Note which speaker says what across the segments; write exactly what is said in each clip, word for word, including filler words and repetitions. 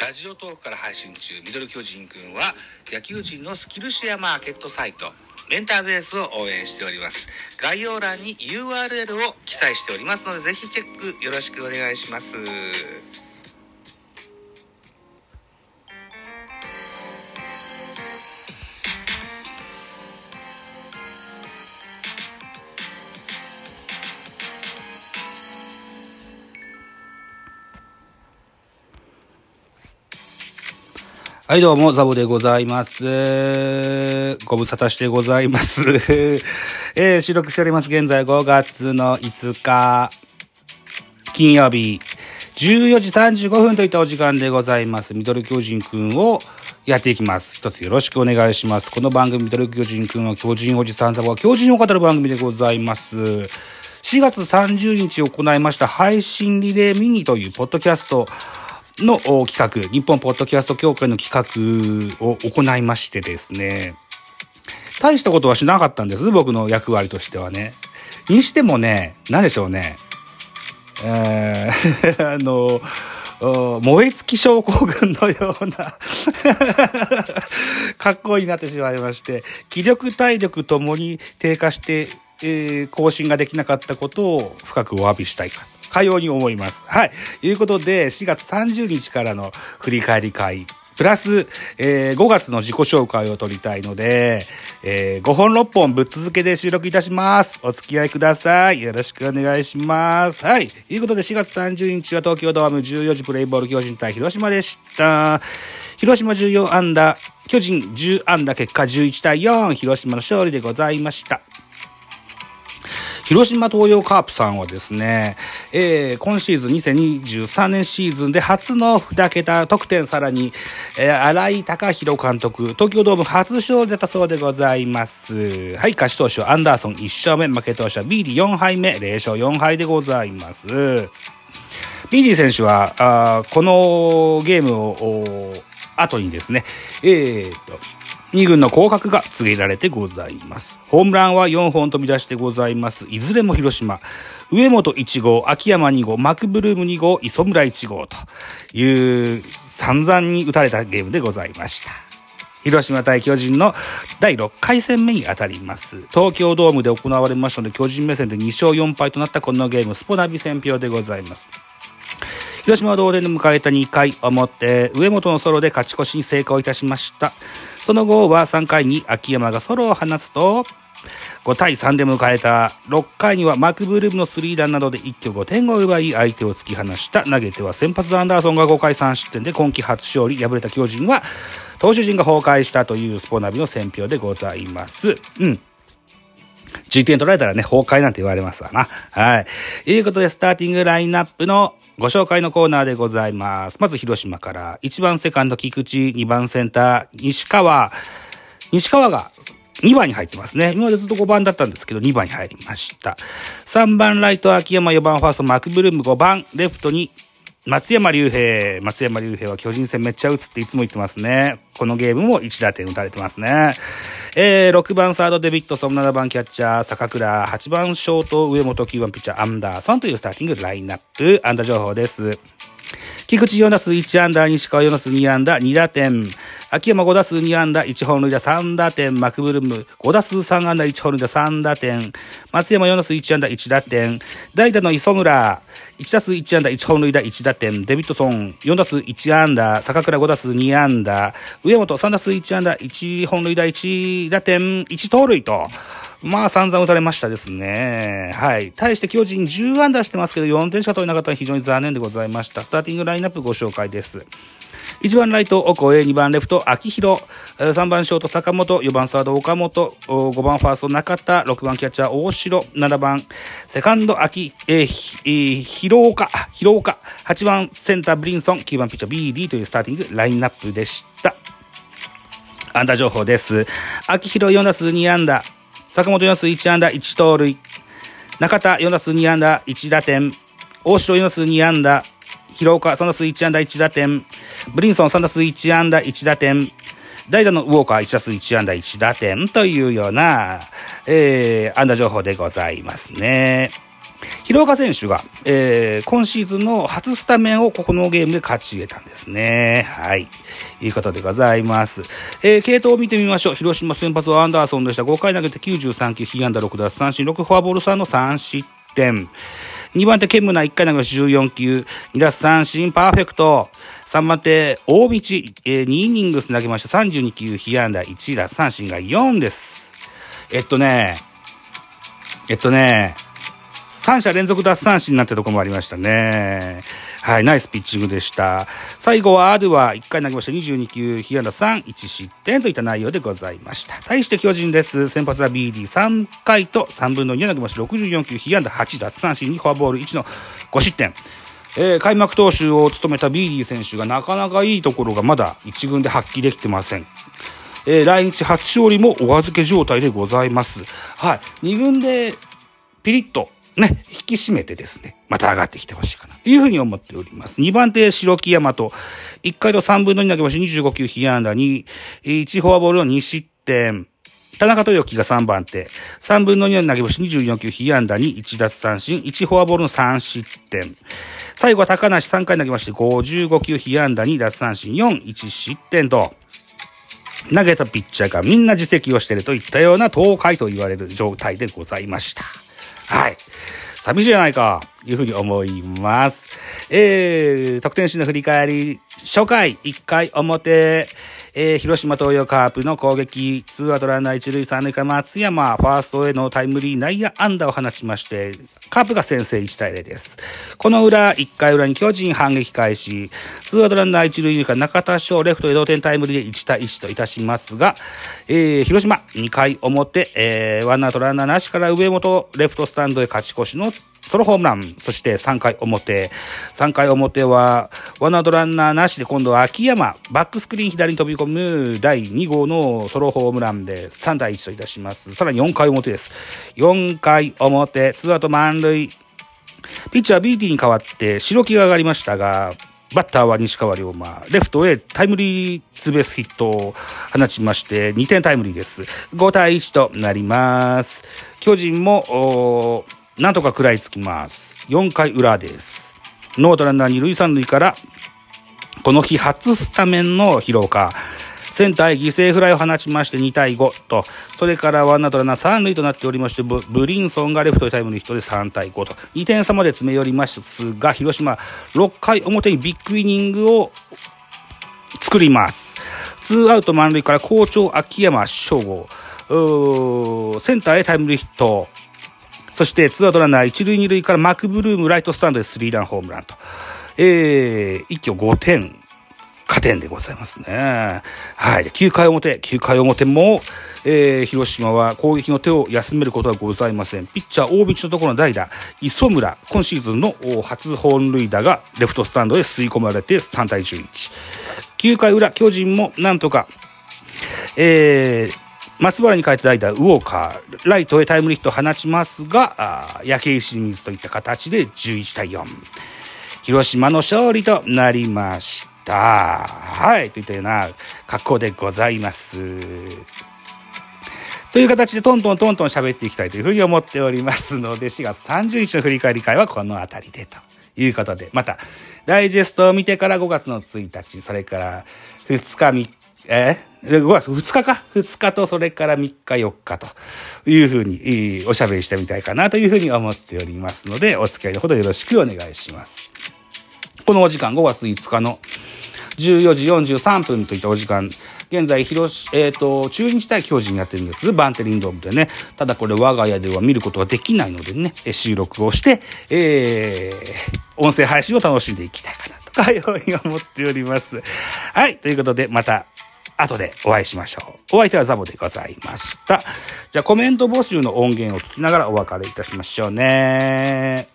Speaker 1: ラジオトークから配信中、ミドル巨人くんは野球人のスキルシェアマーケットサイトメンターベースを応援しております。概要欄に ユーアールエル を記載しておりますので、ぜひチェックよろしくお願いします。はい、どうも、ザボでございます。ご無沙汰してございます。えー、収録しております。現在ごがつのいつか、金曜日、じゅうよじさんじゅうごふんといったお時間でございます。ミドル巨人くんをやっていきます。一つよろしくお願いします。この番組、ミドル巨人くんは巨人おじさんザボは巨人を語る番組でございます。しがつさんじゅうにち行いました配信リレーミニというポッドキャストの企画、日本ポッドキャスト協会の企画を行いましてですね、大したことはしなかったんです、僕の役割としてはね。にしてもね、何でしょうね、えー、あの燃え尽き症候群のような格好になってしまいまして、気力体力ともに低下して、えー、更新ができなかったことを深くお詫びしたいかかように思います。はい。ということで、しがつさんじゅうにちからの振り返り会、プラス、えー、ごがつの自己紹介を取りたいので、えー、ごほんろっぽんぶっ続けで収録いたします。お付き合いください。よろしくお願いします。はい。ということで、しがつさんじゅうにちは東京ドームじゅうよじプレイボール巨人対広島でした。広島じゅうよんあんだ、巨人じゅうあんだ、結果じゅういちたいよん、広島の勝利でございました。広島東洋カープさんはですね、えー、今シーズンにせんにじゅうさんねんシーズンで初のにけた得点、さらに、えー、新井貴弘監督、東京ドーム初勝利だったそうでございます。はい、勝ち投手はアンダーソンいっしょうめ、負け投手はビーディよんはいめ、ぜろしょうよんはいでございます。ビーディ選手は、あこのゲームを後にですね、えーと、にぐんの降格が告げられてございます。ホームランはよんほん飛び出してございます。いずれも広島。上本いちごう、秋山にごう、マクブルームにごう、磯村いちごうという散々に打たれたゲームでございました。広島対巨人のだいろっかいせんめに当たります。東京ドームで行われましたので、巨人目線でにしょうよんはいとなったこのゲーム、スポナビ選評でございます。広島は同点で迎えたにかい表、上本のソロで勝ち越しに成功いたしました。その後はさんかいに秋山がソロを放つと、ごたいさんで迎えたろっかいにはマクブルームのスリーランなどで一挙ごてんを奪い相手を突き放した。投げては先発アンダーソンがごかいさんしってんで今季初勝利。敗れた巨人は投手陣が崩壊したというスポナビの選評でございます。うん。じゅうてん取られたらね、崩壊なんて言われますわな。はい。ということで、スターティングラインナップのご紹介のコーナーでございます。まず、広島から、いちばんセカンド、菊池、にばんセンター、西川。西川がにばんに入ってますね。今までずっとごばんだったんですけど、にばんに入りました。さんばんライト、秋山、よばんファースト、マクブルーム、ごばん、レフトに、松山竜平。松山竜平は巨人戦めっちゃ打つっていつも言ってますね。このゲームもいちだてん打たれてますね。えー、ろくばんサードデビッドソン、ななばんキャッチャー坂倉、はちばんショート上本、きゅうばんピッチャーアンダーソンというスターティングラインナップ。安打情報です。菊池よんだすいちあんだ、西川よんだすにあんだ、にだてん。秋山ごだすにあんだ、いちほんるいださんだてん。マクブルームごだすさんあんだ、いちほんるいださんだてん。松山よんだすいちあんだ、いちだてん。代打の磯村いちだすいちあんだ、いちほんるいだいちだてん。デビッドソンよんだすいちあんだ、坂倉ごだすにあんだ、上本さんだすいちあんだ、いちほんるいだいちだてん、いち盗塁と、まあ散々打たれましたですね。はい。対して巨人じゅうあんだしてますけどよんてんしか取れなかったのは非常に残念でございました。スターティングラインナップご紹介です。いちばんライト、オコエ、にばんレフト、秋広、さんばんショート、坂本、よばんサード、岡本、ごばんファースト、中田、ろくばんキャッチャー、大城、ななばん、セカンド、秋、えー、えー、広岡、広岡、はちばんセンター、ブリンソン、きゅうばんピッチャー、ビーディー というスターティングラインナップでした。安打情報です。秋広よんだすにあんだ、坂本よんだすいちあんだ、いち盗塁、中田よんだすにあんだ、いちだてん、大城よんだすにあんだ、広岡さんだすいちあんだ、いちだてん、ブリンソンさんだすいちあんだ、いちだてん、代打のウォーカーいちだすいちあんだ、いちだてんというような、えー、安打情報でございますね。 広岡選手が、えー、今シーズンの初スタメンをここのゲームで勝ち得たんですね。はい。いうことでございます。えー、系統を見てみましょう。広島先発はアンダーソンでした。ごかい投げてきゅうじゅうさんきゅう、被安打ろく奪三振、ろくフォアボールさんのさん失点。にばん手、ケムナいっかい投げましたじゅうよんきゅう、に奪三振、パーフェクト。さんばん手、大道、えー、にイニングス投げましたさんじゅうにきゅう、被安打いち奪三振がよんです。えっとね、えっとね、さん者連続奪三振になったところもありましたね。はい、ナイスピッチングでした。最後はアドゥはいっかい投げましたにじゅうにきゅう、被安打さん、いち失点といった内容でございました。対して巨人です。先発は ビーディーさん 回とさんぶんのに投げましたろくじゅうよんきゅう、被安打はち奪三振にフォアボールいちのご失点。えー、開幕投手を務めた ビーディー 選手がなかなかいいところがまだ一軍で発揮できてません。えー、来日初勝利もお預け状態でございます。はい、に軍でピリッとね、引き締めてですね、また上がってきてほしいかなというふうに思っております。にばん手、白木大和。いっかいとさんぶんのに投げましてにじゅうごきゅう、被安打に、いちフォアボールのに失点。田中豊樹がさんばん手。さんぶんのに投げましてにじゅうよんきゅう、被安打に、いち奪三振、いちフォアボールのさん失点。最後は高梨さんかい投げましてごじゅうごきゅう、被安打に、奪三振よん、いち失点と、投げたピッチャーがみんな自責をしているといったような東海と言われる状態でございました。はい。寂しいじゃないか、いうふうに思います。えー、得点シーンの振り返り、初回、いっかい表、えー、広島東洋カープの攻撃、ツーアウトランナー一塁三塁から松山、ファーストへのタイムリー内野安打を放ちまして、カープが先制いちたいゼロです。この裏、いっかい裏に巨人反撃開始、ツーアウトランナー一塁二塁から中田翔、レフトへ同点タイムリーでいちたいいちといたしますが、えー、広島にかい表、えー、ワンアウトランナーなしから上本、レフトスタンドへ勝ち越しのソロホームラン。そしてさんかい表。さんかい表は、ワンアウトランナーなしで今度は秋山、バックスクリーン左に飛び込むだいに号のソロホームランでさんたいいちといたします。さらによんかい表です。よんかい表、ツーアウト満塁。ピッチャー ビーティー に代わって白木が上がりましたが、バッターは西川龍馬、レフトへタイムリーツーベースヒットを放ちましてにてんタイムリーです。ごたいいちとなります。巨人も、なんとか食らいつきます。よんかい裏です。ノーアウトランナー二塁三塁から、この日初スタメンの広岡。センターへ犠牲フライを放ちましてにたいごと、それからワンアウトランナー三塁となっておりまして、ブ, ブリンソンがレフトへタイムリーヒットでさんたいごと、にてん差まで詰め寄りますが、広島ろっかい表にビッグイニングを作ります。ツーアウト満塁から好調秋山翔吾、センターへタイムリーヒット、そしてツーアウトランナー一塁二塁からマクブルームライトスタンドでスリーランホームランと、えー、一挙ごてん加点でございますね。はい。きゅうかい表、きゅうかい表も、えー、広島は攻撃の手を休めることはございません。ピッチャー大道のところの代打磯村、今シーズンの初本塁打がレフトスタンドへ吸い込まれてさんたいじゅういち。きゅうかい裏、巨人もなんとか、えー松原に変えて代打ウォーカー、ライトへタイムリーヒットを放ちますが、焼け石に水といった形でじゅういちたいよん。広島の勝利となりました。はい、といったような格好でございます。という形でトントントントン喋っていきたいというふうに思っておりますので、しがつさんじゅうにちの振り返り会はこのあたりでということで、またダイジェストを見てからごがつのついたち、それからふつかみっか、えー、ごがつふつかかふつかとそれからみっかよっかというふうに、えー、おしゃべりしてみたいかなというふうに思っておりますので、お付き合いのほどよろしくお願いします。このお時間ごがついつかのじゅうよじよんじゅうさんぷんといったお時間、現在広し、えっ、ー、と中日対巨人やってるんです。バンテリンドームでね。ただこれ我が家では見ることができないのでね、収録をして、えー、音声配信を楽しんでいきたいかなとかいうふうに思っております。はい、ということでまた後でお会いしましょう。お相手はザボでございました。じゃあコメント募集の音源を聞きながらお別れいたしましょうね。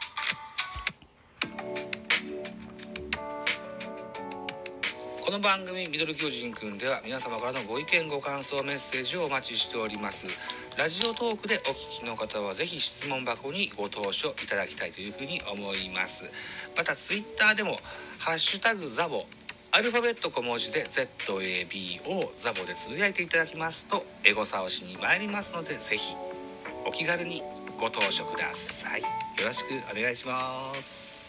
Speaker 1: この番組ミドル巨人くんでは皆様からのご意見ご感想メッセージをお待ちしております。ラジオトークでお聞きの方はぜひ質問箱にご投書いただきたいというふうに思います。またツイッターでもハッシュタグザボ、アルファベット小文字で ゼットエービーオー ザボでつぶやいていただきますとエゴサをしに参りますので、ぜひお気軽にご投書ください。よよろしくお願いします。